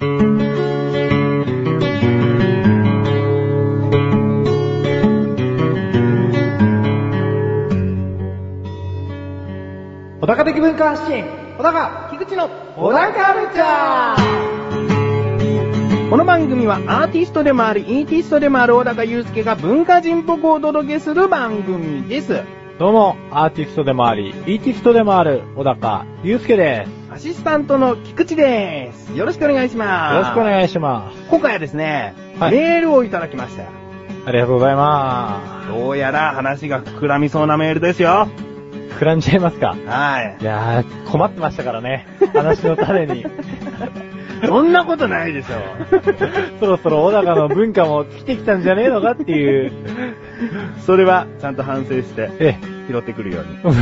小高的文化発信、小高菊池の小高カルチャー。この番組はアーティストでもあり、イーティストでもある小高祐介が文化人っぽくお届けする番組です。 どうも、アーティストでもあり、イーティストでもある小高祐介です。 アシスタントの菊池です。よろしくお願いします。 よろしくお願いします。 今回はですね、 はい、 メールをいただきました。 ありがとうございます。 どうやら話が膨らみそうなメールですよ。 膨らんじゃいますか。 はい。 いやー、困ってましたからね。話の種に。 そんなことないでしょ。 そろそろ小高の文化も来てきたんじゃねえのかっていう。 それはちゃんと反省して拾ってくるように。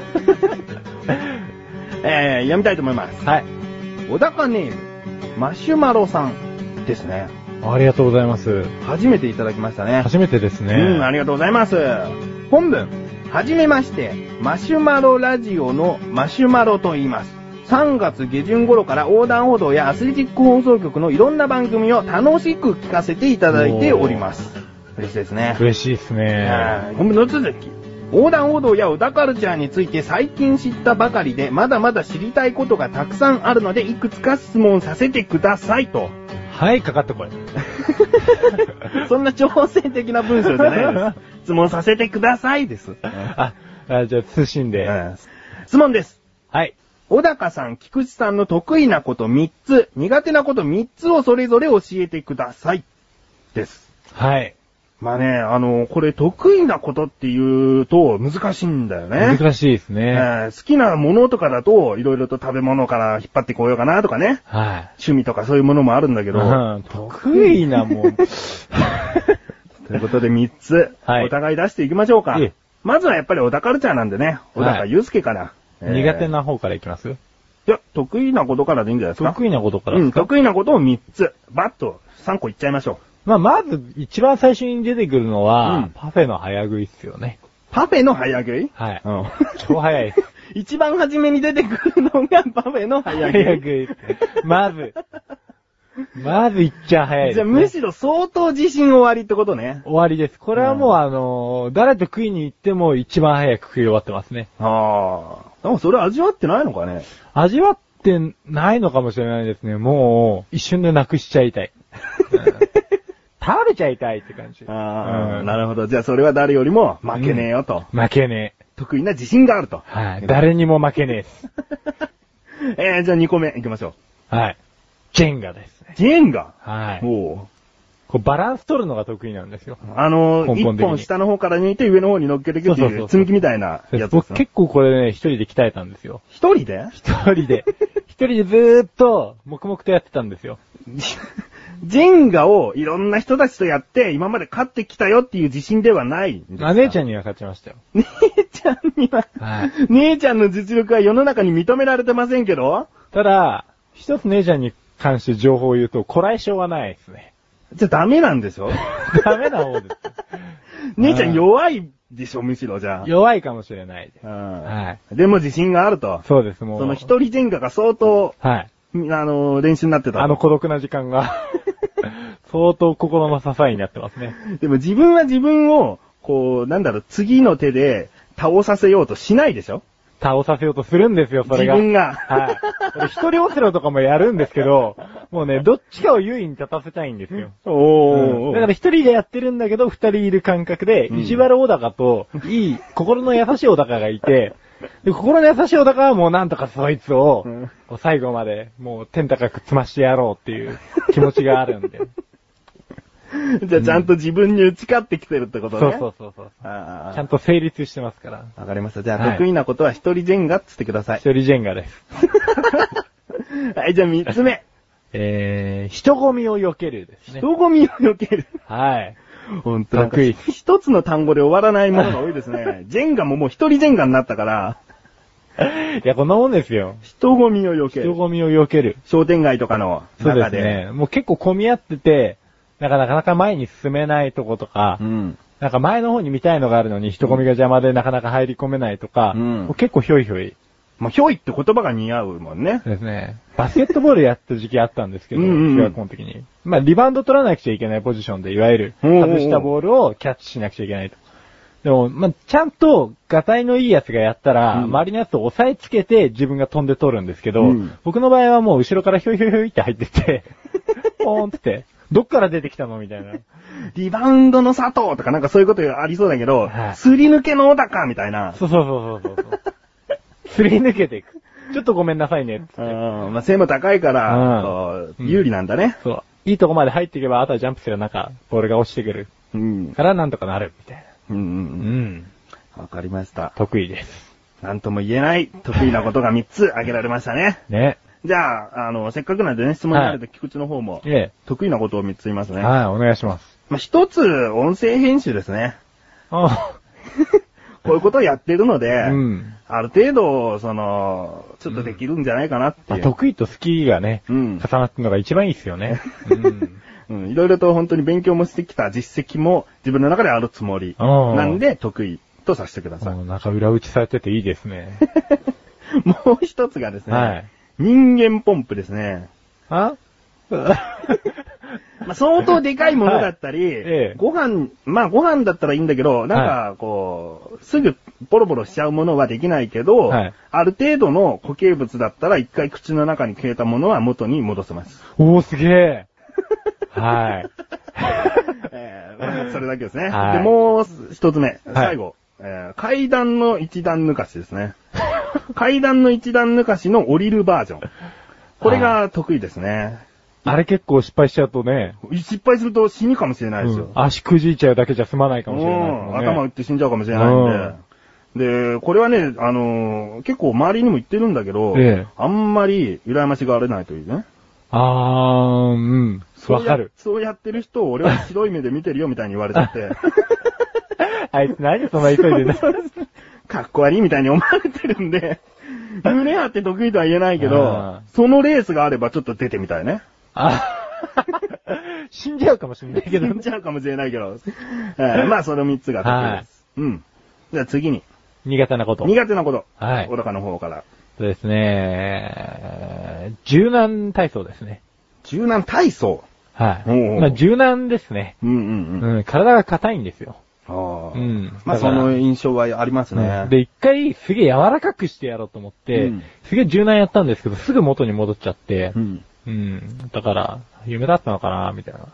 読みたいと思います。 はい。 小高ネーム、マシュマロさんですね。 ありがとうございます。 初めていただきましたね。 初めてですね。 ありがとうございます。本文。はじめまして、マシュマロラジオのマシュマロと言います。3月下旬頃から横断歩道やアスレチック放送局のいろんな番組を楽しく聞かせていただいております。嬉しいですね。 嬉しいですね。 本文の続き。横断歩道や小高カルチャーについて最近知ったばかりで、まだまだ知りたいことがたくさんあるので、いくつか質問させてくださいと。 はい、かかってこい。 そんな挑戦的な文章じゃないです。質問させてくださいです。 じゃあ通信で、 質問です。 はい。 小高さん、菊池さんの得意なこと3つ、苦手なこと3つをそれぞれ教えてください。です。 はい。 まあね、これ得意なことって言うと難しいんだよね。 難しいですね。 好きなものとかだと、いろいろと食べ物から引っ張ってこようかなとかね。 はい。 趣味とかそういうものもあるんだけど。 得意なもん。 ということで3つ、お互い出していきましょうか。まずはやっぱり小高カルチャーなんでね、小高祐介から。 苦手な方からいきます？ いや、得意なことからでいいんじゃないですか。 得意なことからですか？ 得意なことを3つ、バッと3個いっちゃいましょう。まず、一番最初に出てくるのは、パフェの早食いっすよね。 パフェの早食い？ はい。超早いです。 一番初めに出てくるのがパフェの早食い。 早食い。まずいっちゃ早いです、ね。 じゃあむしろ相当自信終わりってことね。 終わりです。これはもう誰と食いに行っても一番早く食い終わってますね。 でもそれ味わってないのかね？ 味わってないのかもしれないですね。もう一瞬でなくしちゃいたい。食べちゃいたいって感じ。 なるほど。じゃあそれは誰よりも負けねえよと。 負けねえ。 得意な自信があると。 はい。誰にも負けねえです。 じゃあ2個目行きましょう。はい。ジェンガですね。 ジェンガ？ はい。こうバランス取るのが得意なんですよ。 一本下の方から抜いて上の方に乗っけていくっていう積み木みたいなやつです。 僕結構これね、一人で鍛えたんですよ。 一人でずーっと黙々とやってたんですよ。 ジェンガをいろんな人たちとやって今まで勝ってきたよっていう自信ではないんですか？ 姉ちゃんには勝ちましたよ。 姉ちゃんには、姉ちゃんの実力は世の中に認められてませんけど？ ただ、一つ姉ちゃんに関して情報を言うと、こらえ性はないですね。 じゃあダメなんでしょ？ ダメな方です。 姉ちゃん弱いでしょ、むしろじゃあ。 弱いかもしれないです。 はい。でも自信があると。 そうです、もう。 その一人ジェンガが相当、練習になってた。 孤独な時間が、相当心の支えになってますね。 でも自分は自分を、次の手で倒させようとしないでしょ？ 倒させようとするんですよ、それが。 自分が。 はい。一人オセロとかもやるんですけど、もうね、どっちかを優位に立たせたいんですよ。だから一人でやってるんだけど、二人いる感覚で、意地悪小高と、心の優しい小高がいて、で、心の優しい小高はもうなんとかそいつを、最後まで、もう天高く積ましてやろうっていう気持ちがあるんで。 じゃあちゃんと自分に打ち勝ってきてるってことね。 そう。ちゃんと成立してますから。 わかりました。じゃあ得意なことは一人ジェンガっつってください。 一人ジェンガです。 はい、じゃあ3つ目。 人混みを避けるですね。 人混みを避ける。 はい。 本当得意。一つの単語で終わらないものが多いですね。ジェンガももう一人ジェンガになったから。 いや、こんなもんですよ。 人混みを避ける。 人混みを避ける。 商店街とかの中で。 そうですね。もう結構混み合ってて、なかなか前に進めないとことか、なんか前の方に見たいのがあるのに人混みが邪魔でなかなか入り込めないとか、もう結構ひょいひょいまあ、ひょいって言葉が似合うもんね。 ですね。バスケットボールやった時期あったんですけど、中学校の時に。まあ、リバウンド取らなくちゃいけないポジションで、いわゆる、外したボールをキャッチしなくちゃいけないと。でも、まあ、ちゃんと、ガタイのいいやつがやったら、周りのやつを押さえつけて自分が飛んで取るんですけど、僕の場合はもう後ろからひょいひょいひょいって入ってて、ポーンって、どっから出てきたのみたいな。 リバウンドの佐藤とかなんかそういうことありそうだけど、すり抜けの小高みたいな。 そう。すり抜けていく。ちょっとごめんなさいね。 まあ、背も高いから、有利なんだね。 そう。いいとこまで入っていけば、あとはジャンプすれば中、ボールが落ちてくる。からなんとかなる、みたいな。 わかりました。 得意です。 なんとも言えない得意なことが3つ挙げられましたね。 ね。 じゃあ、せっかくなんでね、質問にあると菊池の方も、得意なことを3つ言いますね。 はい、お願いします。 まあ、1つ、音声編集ですね。こういうことをやってるので、ある程度、ちょっとできるんじゃないかなっていう。 得意と好きがね、重なってるのが一番いいですよね。 いろいろと本当に勉強もしてきた実績も自分の中であるつもり。なんで、得意とさせてください。 なんか裏打ちされてていいですね。 もう一つがですね、人間ポンプですね。まあ、相当でかいものだったり、ご飯だったらいいんだけど、なんかすぐボロボロしちゃうものはできないけど、ある程度の固形物だったら一回口の中に消えたものは元に戻せます。 おー、すげえ。はい。 それだけですね。で、もう一つ目、最後、階段の一段抜かしですね。階段の一段抜かしの降りるバージョン。これが得意ですね。 あれ結構失敗しちゃうとね。 失敗すると死ぬかもしれないですよ。 足くじいちゃうだけじゃ済まないかもしれないですね。 頭打って死んじゃうかもしれないんで。で、これはね、結構周りにも言ってるんだけど、あんまり羨ましがられないというね。 わかる。 そうやってる人を俺は白い目で見てるよみたいに言われちゃって。 あいつ何そんな急いでね。 かっこ悪いみたいに思われてるんで、胸張って得意とは言えないけど、そのレースがあればちょっと出てみたいね。 死んじゃうかもしれないけど。 死んじゃうかもしれないけど。まあその3つが得意です。じゃあ次に。 苦手なこと。 苦手なこと。小高の方から。 そうですね。柔軟体操ですね。 柔軟体操。 まあ柔軟ですね。体が硬いんですよ。 まあその印象はありますね。 で、一回すげえ柔らかくしてやろうと思って、すげえ柔軟やったんですけど、すぐ元に戻っちゃって、だから、夢だったのかなみたいな。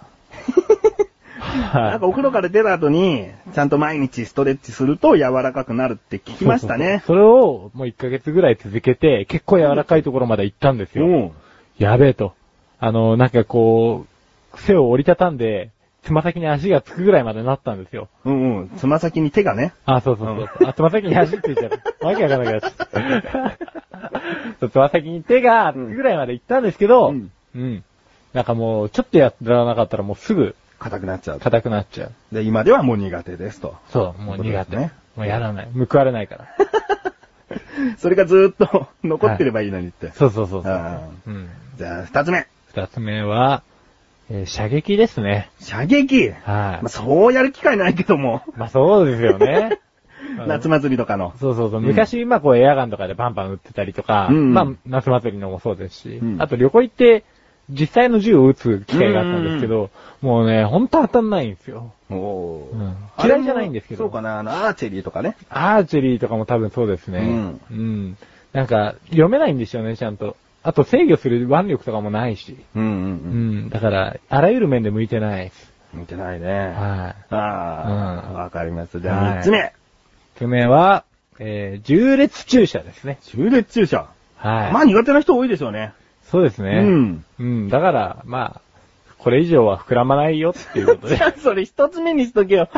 なんかお風呂から出た後に、ちゃんと毎日ストレッチすると柔らかくなるって聞きましたね。 それをもう1ヶ月ぐらい続けて、結構柔らかいところまで行ったんですよ。やべえと。なんか背を折りたたんで、つま先に足がつくぐらいまでなったんですよ。 つま先に手がね。 そう。つま先に足ついちゃう。わけわかんなくなっちゃった。つま先に手がつくぐらいまで行ったんですけど、なんかもう、ちょっとやらなかったらもうすぐ、 硬くなっちゃう。 で、 今ではもう苦手ですと。 そう、もう苦手。もうやらない。報われないから。 それがずーっと残ってればいいのにって。 そう。じゃあ、二つ目。 二つ目は、射撃ですね。 射撃？まあ、そうやる機会ないけども。 まあ、そうですよね。 夏祭りとかの。 そう。昔、エアガンとかでバンバン撃ってたりとか、まあ、夏祭りのもそうですし、あと旅行行って、実際の銃を撃つ機会があったんですけど、もうね、ほんと当たんないんですよ。嫌いじゃないんですけど。 そうかな、アーチェリーとかね。 アーチェリーとかも多分そうですね。なんか、読めないんですよね、ちゃんと。あと制御する腕力とかもないし。だから、あらゆる面で向いてないです。 向いてないね。わかります。じゃあ、三つ目。 三つ目は、縦列駐車ですね。 縦列駐車。まあ苦手な人多いでしょうね。 そうですね。だから、まあ、これ以上は膨らまないよっていうことで。 じゃあ、それ一つ目にしとけよ。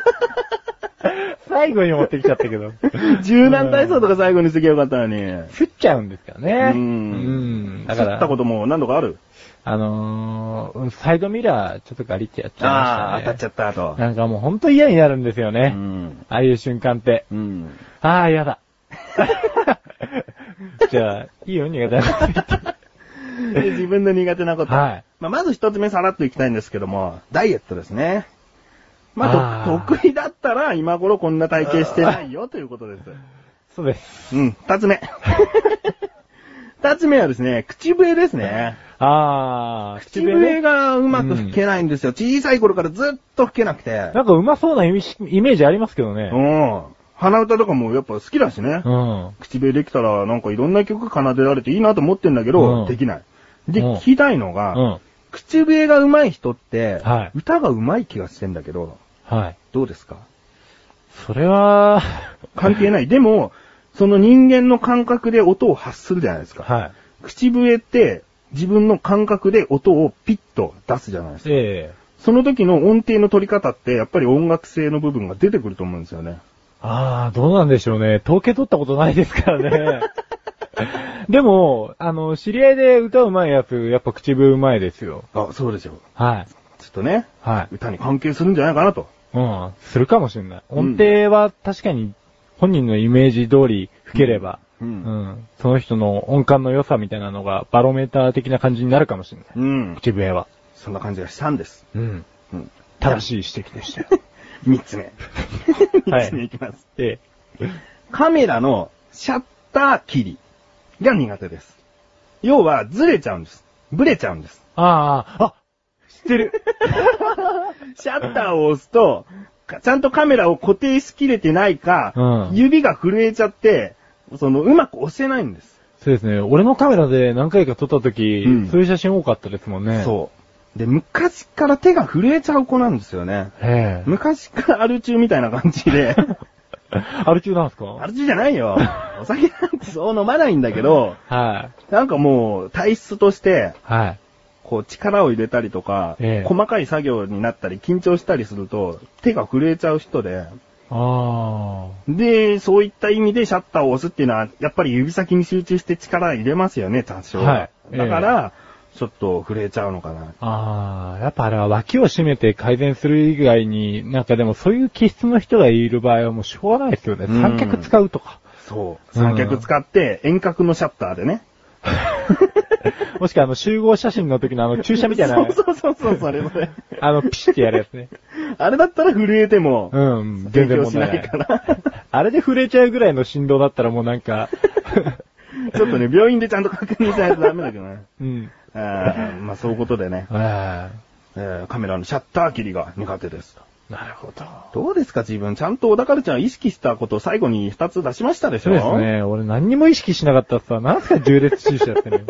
最後に持ってきちゃったけど。 柔軟体操とか最後にしとけばよかったのに。 降っちゃうんですからね。 だから。降ったことも何度かある？ サイドミラーちょっとガリってやっちゃいましたね。 当たっちゃったと。 なんかもうほんと嫌になるんですよね。ああいう瞬間って。嫌だ。じゃあ、いいよ、苦手なこと言って。 自分の苦手なこと。まず一つ目さらっといきたいんですけども、ダイエットですね。得意だったら今頃こんな体型してないよということです。 そうです。 うん、二つ目。二つ目はですね、口笛ですね。口笛がうまく吹けないんですよ。小さい頃からずっと吹けなくて。 なんかうまそうなイメージありますけどね。 うん。鼻歌とかもやっぱ好きだしね。うん。口笛できたらなんかいろんな曲奏でられていいなと思ってんだけど、できない。で、聞きたいのが、口笛が上手い人って、歌が上手い気がしてんだけど、どうですか？ それは、 関係ない。でも、その人間の感覚で音を発するじゃないですか。口笛って、自分の感覚で音をピッと出すじゃないですか。その時の音程の取り方って、やっぱり音楽性の部分が出てくると思うんですよね。 どうなんでしょうね。統計取ったことないですからね。でも、知り合いで歌うまいやつ、やっぱ口笛うまいですよ。 そうですよ。 ちょっとね、歌に関係するんじゃないかなと。 するかもしれない。音程は確かに本人のイメージ通り吹ければ、その人の音感の良さみたいなのがバロメーター的な感じになるかもしれない。口笛は。 そんな感じがしたんです。 正しい指摘でした。 三つ目。三つ目いきます。カメラのシャッター切りが苦手です。要は、ずれちゃうんです。ブレちゃうんです。 知ってる。 シャッターを押すと、ちゃんとカメラを固定しきれてないか、指が震えちゃって、うまく押せないんです。 そうですね。俺のカメラで何回か撮った時、そういう写真多かったですもんね。 そう。で、昔から手が震えちゃう子なんですよね。昔からアル中みたいな感じで。 アル中なんですか？ アル中じゃないよ。お酒なんてそう飲まないんだけど、なんかもう体質として、こう力を入れたりとか、細かい作業になったり緊張したりすると手が震えちゃう人で、で、そういった意味でシャッターを押すっていうのは、やっぱり指先に集中して力入れますよね、多少。だから、ちょっと震えちゃうのかな。 やっぱあれは脇を締めて改善する以外に、なんかでもそういう気質の人がいる場合はもうしょうがないですよね。三脚使うとか。 そう。三脚使って遠隔のシャッターでね。 もしくは集合写真の時の注射みたいな。 そう、それ。 ピシッてやるやつね。 あれだったら震えても、 全然しないから。あれで震えちゃうぐらいの振動だったらもうなんか、 ちょっとね、病院でちゃんと確認しないとダメだけどね。まあそういうことでね。カメラのシャッター切りが苦手です。 なるほど。 どうですか自分、ちゃんと小田カルチャー意識したことを最後に2つ出しましたでしょ？ そうですね。俺何にも意識しなかったってさ、なんすか重列注射ってね。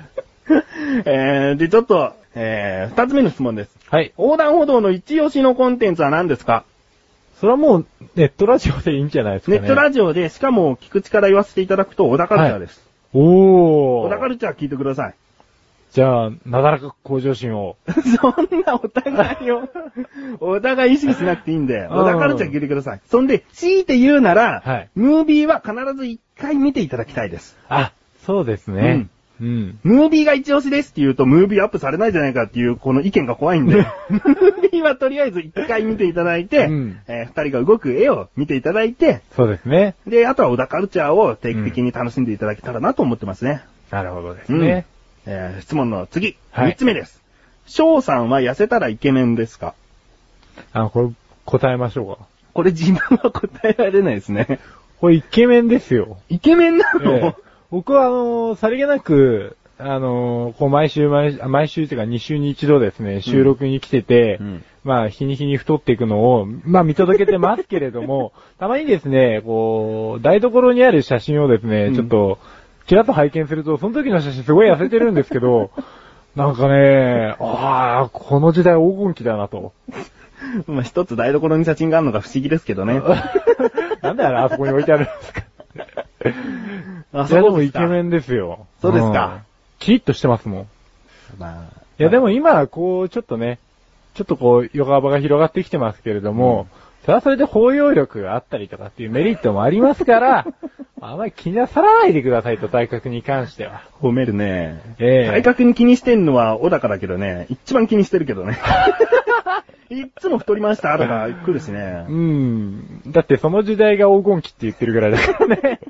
で、ちょっと、2つ目の質問です。横断歩道の一押しのコンテンツは何ですか？ それはもう、ネットラジオでいいんじゃないですかね。 ネットラジオで、しかも聞く力言わせていただくと、小田カルチャーです。 小田カルチャー聞いてください。 じゃあ、なだらか向上心を。 そんなお互いを、お互い意識しなくていいんで、小田カルチャー聞いてください。そんで、強いて言うなら、ムービーは必ず1回見ていただきたいです。 そうですね。 ムービーが一押しですって言うと、ムービーアップされないじゃないかっていう、この意見が怖いんで、ムービーはとりあえず1回見ていただいて、2人が動く絵を見ていただいて、 そうですね。 で、あとは小田カルチャーを定期的に楽しんでいただけたらなと思ってますね。 なるほどですね。 質問の次、3つ目です。翔さんは痩せたらイケメンですか？ これ、答えましょうか。 これ自分は答えられないですね。 これイケメンですよ。 イケメンなの？ 僕はさりげなく、こう毎週っていうか2週に1度ですね、収録に来てて、まあ日に日に太っていくのを、まあ見届けてますけれども、たまにですね、こう、台所にある写真をですね、ちょっと、ちらっと拝見すると、その時の写真すごい痩せてるんですけど、なんかね、この時代黄金期だなと。 まあ一つ台所に写真があるのが不思議ですけどね。 なんであそこに置いてあるんですか？いやでもイケメンですよ。 そうですか。 キリッとしてますもん。いやでも今、こう、ちょっとね、ちょっとこう、横幅が広がってきてますけれども、それはそれで包容力があったりとかっていうメリットもありますから、あまり気になさらないでくださいと、体格に関しては。 褒めるね。体格に気にしてんのは小高だけどね、一番気にしてるけどね。いっつも太りましたとか来るしね。 だってその時代が黄金期って言ってるぐらいだからね。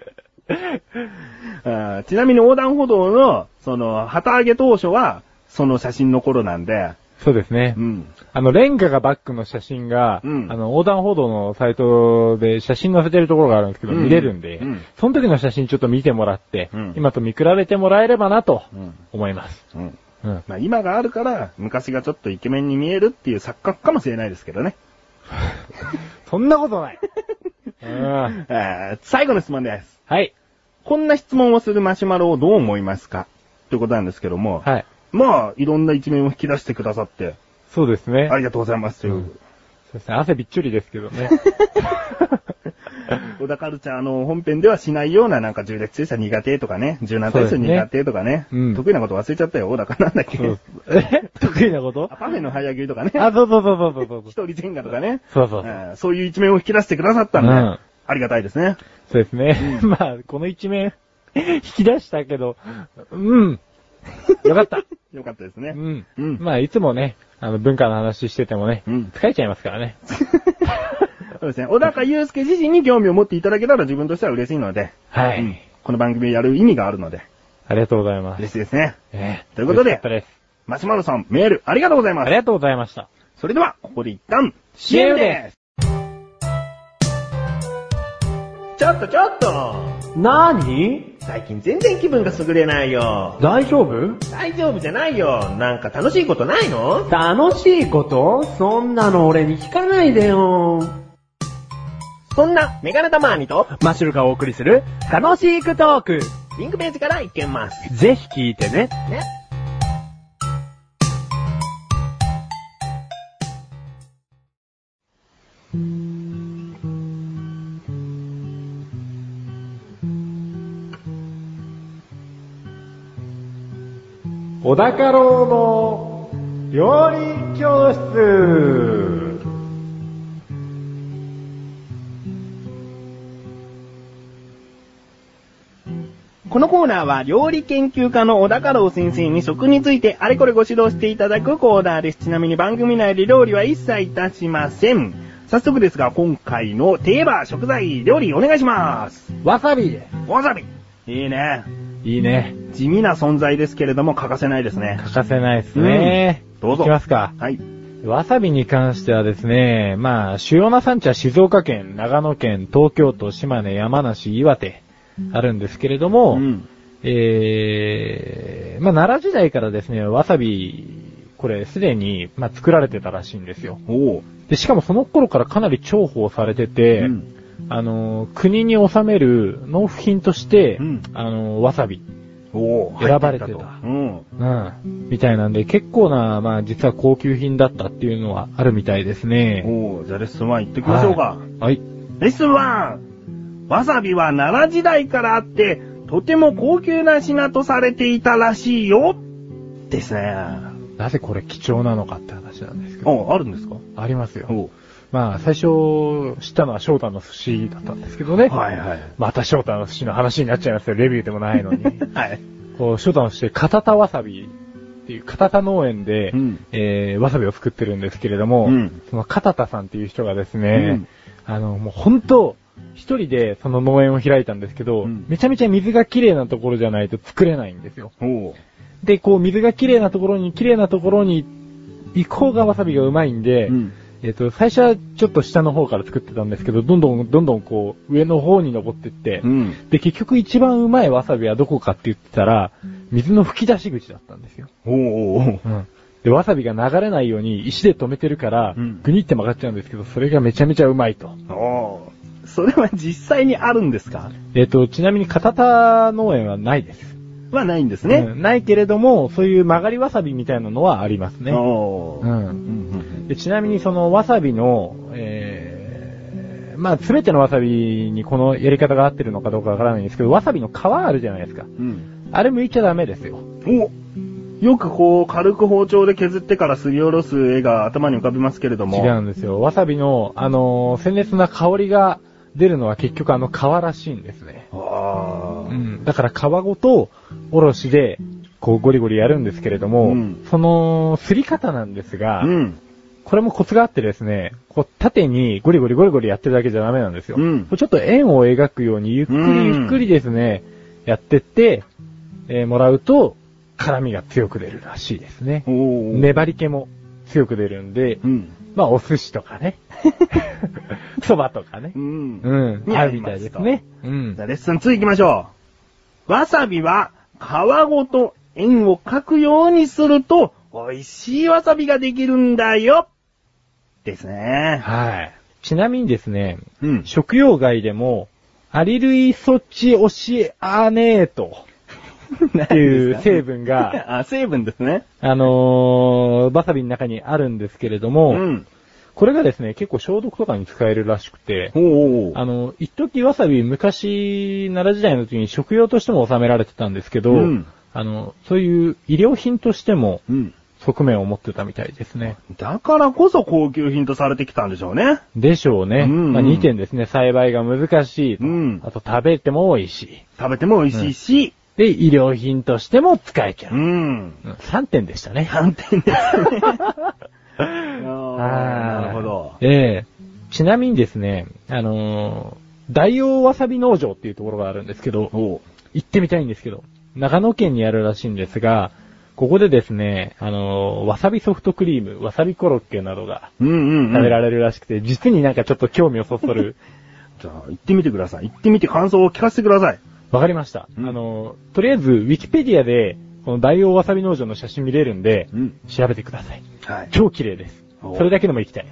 ちなみに横断歩道の、旗揚げ当初は、その写真の頃なんで、 そうですね。 うん。 レンガがバックの写真が、横断歩道のサイトで写真載せてるところがあるんですけど、見れるんで、その時の写真ちょっと見てもらって、今と見比べてもらえればなと思います。 まあ今があるから、昔がちょっとイケメンに見えるっていう錯覚かもしれないですけどね。 そんなことない。 最後の質問です。 はい。 こんな質問をするマシュマロをどう思いますかということなんですけども、 はい。 まあ、いろんな一面を引き出してくださって、 そうですね。 ありがとうございますという。 そうですね。汗びっちょりですけどね。 小田カルチャーの本編ではしないようななんか重力注射苦手とかね、柔軟体操苦手とかね、得意なこと忘れちゃったよ、小田かなんだっけ。 得意なことパフェの早食いとかね。 そう。 一人前後とかね。 そう。 そういう一面を引き出してくださったんで、ありがたいですね。 そうですね。まあ、この一面、引き出したけど、よかった。 よかったですね。 まあ、いつもね、文化の話しててもね、疲れちゃいますからね。 そうですね。小高祐介自身に興味を持っていただけたら自分としては嬉しいので、 はい。 この番組をやる意味があるので。 ありがとうございます。 嬉しいですね。ということで、マシュマロさんメールありがとうございます。 ありがとうございました。 それでは、ここで一旦、CM です。ちょっと何？ 最近全然気分が優れないよ。 大丈夫？ 大丈夫じゃないよ。なんか楽しいことないの？ 楽しいこと？そんなの俺に聞かないでよ。 そんなメガネタマーニとマッシュルがお送りする楽しいクトーク。 リンクページから行けます。 ぜひ聞いてね。小高郎の料理教室。 このコーナーは料理研究家の小高郎先生に食についてあれこれご指導していただくコーナーです。ちなみに番組内で料理は一切いたしません。早速ですが今回の定番食材料理お願いします。 わさびです。 わさび。いいね。 いいね。 地味な存在ですけれども欠かせないですね。 欠かせないですね。 どうぞ。 いきますか。 はい。 わさびに関してはですね、まあ、主要な産地は静岡県、長野県、東京都、島根、山梨、岩手、あるんですけれども、まあ、奈良時代からですね、わさび、これすでに、まあ、作られてたらしいんですよ。で、しかもその頃からかなり重宝されてて、国に納める納付品として、わさび、選ばれてた。みたいなんで、結構な、まあ、実は高級品だったっていうのはあるみたいですね。 じゃあレッスン1行ってきましょうか。 はい。 レッスン 1! わさびは奈良時代からあって、とても高級な品とされていたらしいよですね。 なぜこれ貴重なのかって話なんですけど。 あるんですか？ ありますよ。まあ、最初知ったのは翔太の寿司だったんですけどね。また翔太の寿司の話になっちゃいますよ。レビューでもないのに。こう、翔太の寿司で片田わさびっていう片田農園で、わさびを作ってるんですけれども、その片田さんっていう人がですね、もう本当、一人でその農園を開いたんですけど、めちゃめちゃ水がきれいなところじゃないと作れないんですよ。で、こう水がきれいなところに行く方がわさびがうまいんで、最初はちょっと下の方から作ってたんですけど、どんどんこう、上の方に登ってって、で、結局一番うまいわさびはどこかって言ってたら、水の吹き出し口だったんですよ。で、わさびが流れないように石で止めてるから、ぐにって曲がっちゃうんですけど、それがめちゃめちゃうまいと。 それは実際にあるんですか？ ちなみに片田農園はないです。 はないんですね。 ないけれども、そういう曲がりわさびみたいなのはありますね。でちなみにそのわさびの、まあ、すべてのわさびにこのやり方が合ってるのかどうかわからないんですけど、わさびの皮あるじゃないですか。あれ剥いちゃダメですよ。 よくこう、軽く包丁で削ってからすりおろす絵が頭に浮かびますけれども。 違うんですよ。わさびの、鮮烈な香りが出るのは結局皮らしいんですね。だから皮ごと、おろしで、こうゴリゴリやるんですけれども、その、すり方なんですが、これもコツがあってですね、こう縦にゴリゴリやってるだけじゃダメなんですよ。ちょっと円を描くようにゆっくりですね、やってって、もらうと、辛みが強く出るらしいですね。粘り気も強く出るんで、 うん。 まあお寿司とかね。蕎麦とかね。 うん。 うん。あるみたいですね。うん。 じゃあレッスン2行きましょう。わさびは皮ごと円を描くようにすると美味しいわさびができるんだよ。ですね。 はい。ちなみにですね、 うん。 食用害でも、アリルイソチオシアネートっていう成分が、 あ、成分ですね。 わさびの中にあるんですけれども、 うん。 これがですね、結構消毒とかに使えるらしくて、 おー。 一時わさび昔、奈良時代の時に食用としても収められてたんですけど、 うん。 そういう医療品としてもうん。 側面を持ってたみたいですね。 だからこそ高級品とされてきたんでしょうね。 でしょうね。 うんまあ、2点ですね。栽培が難しいと。 うんあと食べても美味しい。 食べても美味しいし、 で、医療品としても使えちゃう。 うん。 3点でしたね。 3点ですね。 あなるほど。 ちなみにですね、大王わさび農場っていうところがあるんですけど、 お行ってみたいんですけど、長野県にあるらしいんですが、ここでですね、わさびソフトクリーム、わさびコロッケなどがうんうん、うん。 食べられるらしくて、実になんかちょっと興味をそそる。 じゃあ、行ってみてください。行ってみて感想を聞かせてください。 わかりました。 うんとりあえず、ウィキペディアで、この大王わさび農場の写真見れるんで、 うん。 調べてください。 はい。 超綺麗です。 おそれだけでも行きたい。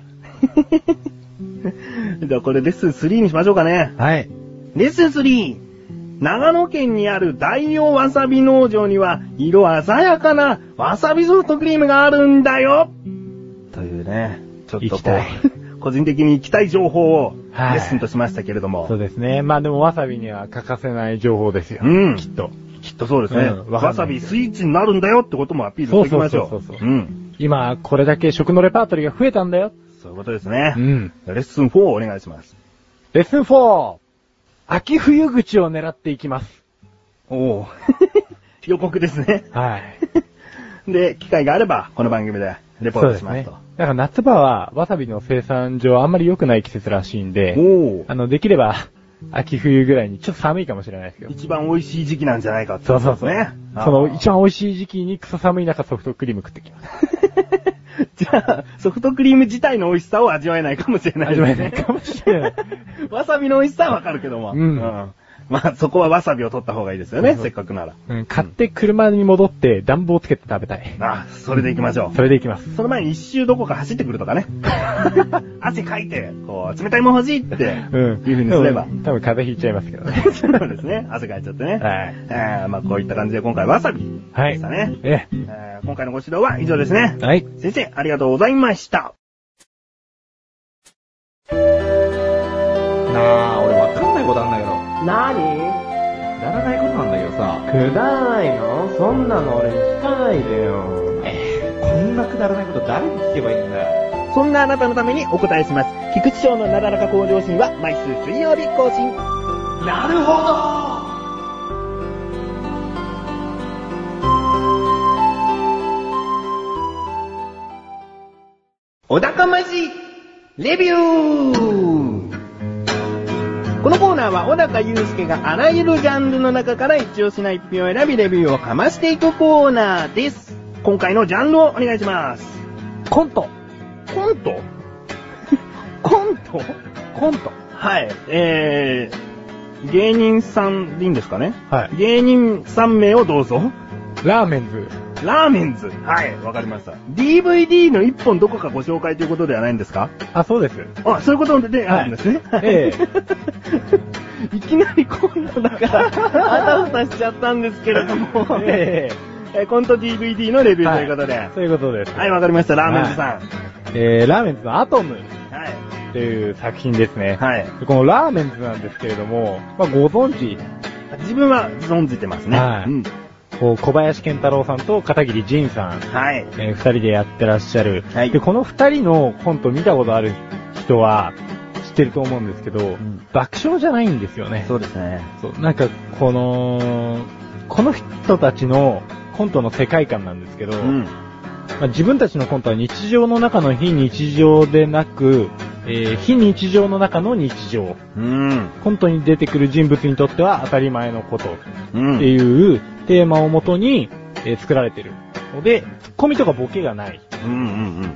じゃあ、これレッスン3にしましょうかね。 はい。 レッスン 3! 長野県にある大王わさび農場には、色鮮やかなわさびソフトクリームがあるんだよというね、ちょっとこ行きたい。 う、個人的に行きたい情報をレはいッスンとしましたけれども。 そうですね。まあでもわさびには欠かせない情報ですよ。 うんきっと。 きっとそうですね。 うんわかんないわさびスイーツになるんだよってこともアピールしておきましょう。 そう。 ん。 今、これだけ食のレパートリーが増えたんだよ。 そういうことですね。 ん。 レッスン4をお願いします。 レッスン 4! 秋冬口を狙っていきます。 おお予告ですね。 はい。 で、機会があれば、この番組でレポートしますと。 だから夏場はわさびの生産上あんまり良くない季節らしいんで、 おおできれば秋冬ぐらいにちょっと寒いかもしれないですけど。 一番美味しい時期なんじゃないかってそうことですね。 その一番美味しい時期にクソ寒い中ソフトクリーム食ってきます。 じゃあ、ソフトクリーム自体の美味しさを味わえないかもしれないですね。 味わえないかもしれない。 わさびの美味しさはわかるけども。 うんまあ、そこはわさびを取った方がいいですよね、 そうせっかくなら。 買って車に戻って暖房つけて食べたい。 あ、それで行きましょう。 それでいきます。 その前に一周どこか走ってくるとかね。汗かいて、こう、冷たいもん欲しいって、いう風にすれば。 多分風邪ひいちゃいますけどね。 そうですね。汗かいちゃってね。 はい。 まあ、こういった感じで今回わさびはい。 でしたね。 え今回のご指導は以上ですね。 はい。 先生、ありがとうございました。 なあ、俺わかんないことあんだけど。 なにくだらないことなんだけどさ。 くだらないのそんなの俺に聞かないでよ。 こんなくだらないこと誰に聞けばいいんだよ。 そんなあなたのためにお答えします。菊池賞のなだらか向上心は毎週水曜日更新。 なるほど。 お高ましレビュー。このコーナーは小高祐介があらゆるジャンルの中から一押しな一品を選びレビューをかましていくコーナーです。今回のジャンルをお願いします。 コント。 コントコントコント。 はい。芸人さんでいいんですかね。 はい。 芸人3名をどうぞ。 ラーメンズ。 ラーメンズ。はい、わかりました。DVD の1本どこかご紹介ということではないんですか？ あ、そうです。 あ、そういうことであるんですね。 えいきなりコントだから、あたふたしちゃったんですけれども、コント DVD のレビューということで。 そういうことです。 はい、わかりました。ラーメンズさん。 ラーメンズのアトムはい。 っていう作品ですね。 はい。 このラーメンズなんですけれども、まあ、ご存知、 自分は存じてますね。 はいうん。 小林健太郎さんと片桐仁さん、 はい。 二人でやってらっしゃる。 はいで、この二人のコント見たことある人は知ってると思うんですけど、爆笑じゃないんですよね。 そうですね。 そう。なんか、この人たちのコントの世界観なんですけど、 うん。 まあ、自分たちのコントは日常の中の非日常でなく、非日常の中の日常。 うん。 コントに出てくる人物にとっては当たり前のことうん。 っていうテーマをもとに、作られてるので、ツッコミとかボケがない。 うんうんうん。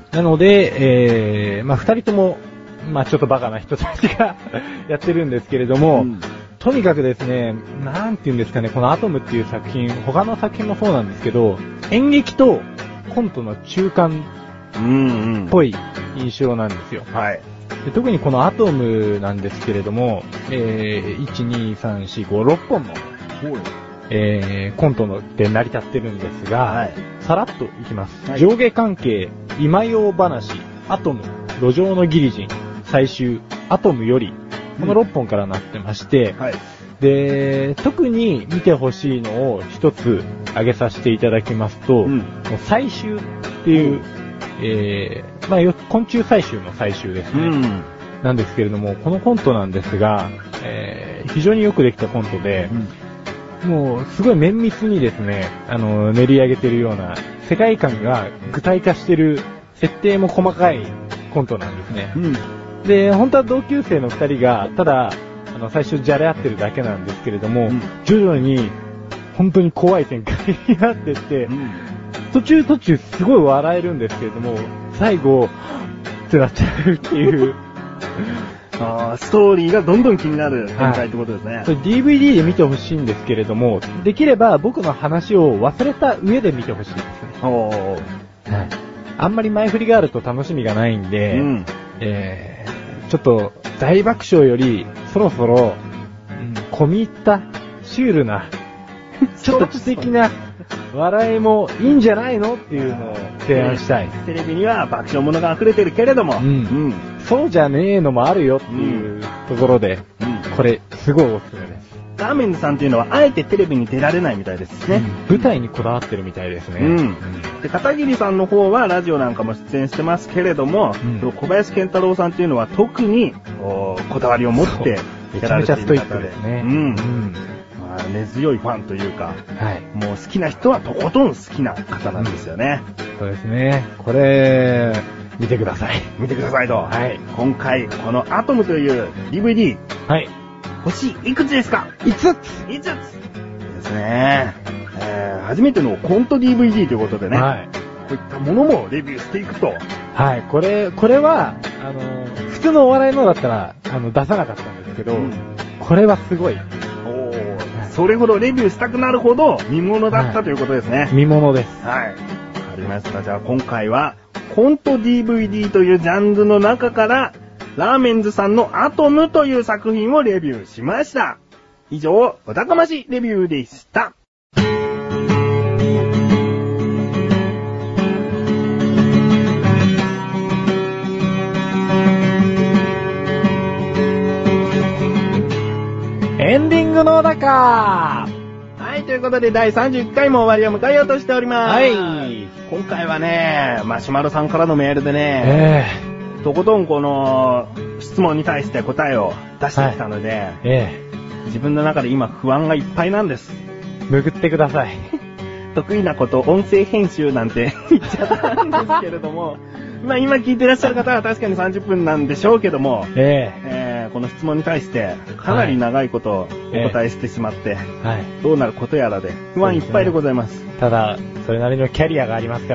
なので、まあ二人とも、まあちょっとバカな人たちがやってるんですけれども、とにかくですね、なんて言うんですかね、このアトムっていう作品、他の作品もそうなんですけど、演劇とコントの中間っぽい印象なんですよ。 はい。 で特にこのアトムなんですけれども、1、2、3、4、5、6本の、コントで成り立ってるんですが、はい、さらっといきます。はい、上下関係、今用話、アトム、路上のギリジン、最終、アトムより、この6本からなってまして、はい、で、特に見てほしいのを一つ挙げさせていただきますと、最終っていう、まあ、昆虫採集の最終ですね。なんですけれども、このコントなんですが、非常によくできたコントで、もう、すごい綿密にですね、練り上げてるような、世界観が具体化してる、設定も細かいコントなんですね。で、本当は同級生の二人が、ただ、最初じゃれ合ってるだけなんですけれども、徐々に、本当に怖い展開になってって、途中すごい笑えるんですけれども、最後、ってなっちゃうっていう。 ストーリーがどんどん気になる展開ってことですね。 それ DVD で見てほしいんですけれども、できれば僕の話を忘れた上で見てほしいですね。はい。あんまり前振りがあると楽しみがないんで、ちょっと大爆笑よりそろそろ、込み入ったシュールなちょっと知的な笑いもいいんじゃないのっていうのを提案したい。 テレビには爆笑物が溢れてるけれども、 そうじゃねえのもあるよっていうところで、これすごいおすすめです。 ラーメンズさんっていうのはあえてテレビに出られないみたいですね。 舞台にこだわってるみたいですね。 で、片桐さんの方はラジオなんかも出演してますけれども、小林健太郎さんっていうのは特にこだわりを持ってやられている方で。めちゃめちゃストイックですね。根強いファンというか、もう好きな人はとことん好きな方なんですよね。 そうですね。これ、見てください。 見てくださいと。今回、このアトムという DVD。星いくつですか？ 5 つですね。初めてのコント DVD ということでね。こういったものもレビューしていくと。 これは、普通のお笑いのだったら、出さなかったんですけど、これはすごい。 それほどレビューしたくなるほど見物だったということですね。 見物です。 わかりました。じゃあ今回は、コント DVD というジャンルの中から、ラーメンズさんのアトムという作品をレビューしました。以上、お高ましレビューでした。 エンディングの中ということで第31回も終わりを迎えようとしております。今回はね、マシュマロさんからのメールでね、とことんこの質問に対して答えを出してきたので、自分の中で今不安がいっぱいなんです。 拭ってください。 得意なこと音声編集なんて言っちゃったんですけれども、まあ今聞いてらっしゃる方は確かに30分なんでしょうけども、この質問に対してかなり長いことお答えしてしまって、どうなることやらで不安いっぱいでございます。 ただ、それなりのキャリアがありますから。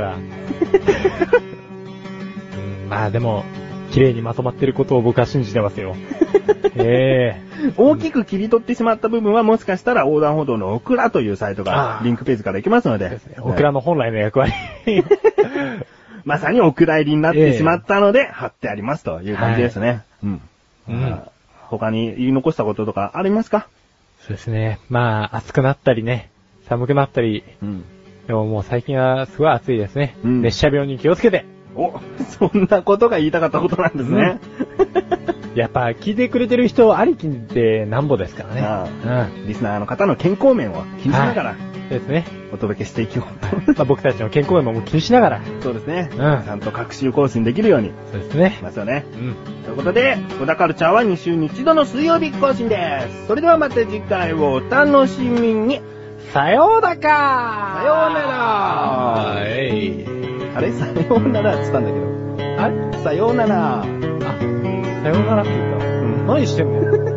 まあでも、綺麗にまとまってることを僕は信じてますよ。 大きく切り取ってしまった部分はもしかしたら横断歩道のオクラというサイトがリンクページから行けますので。 オクラの本来の役割。 まさにお蔵入りになってしまったので、貼ってありますという感じですね。他に言い残したこととかありますか？ そうですね。まあ、暑くなったりね、寒くなったり。でももう最近はすごい暑いですね。熱射病に気をつけて。 そんなことが言いたかったことなんですね。 やっぱ聞いてくれてる人ありきでなんぼですからね。リスナーの方の健康面を気にしながら、 ですね。 お届けしていきようと。僕たちの健康面も気にしながら。 そうですね。ちゃんと各週更新できるように。 そうですね。 ますよね。ということで、小田カルチャーは2週に1度の水曜日更新です。それではまた次回をお楽しみに。 さようなら。 さようなら。あれさようならって言ったんだけど。あれさようなら。 さようならって言ったの？何してんの？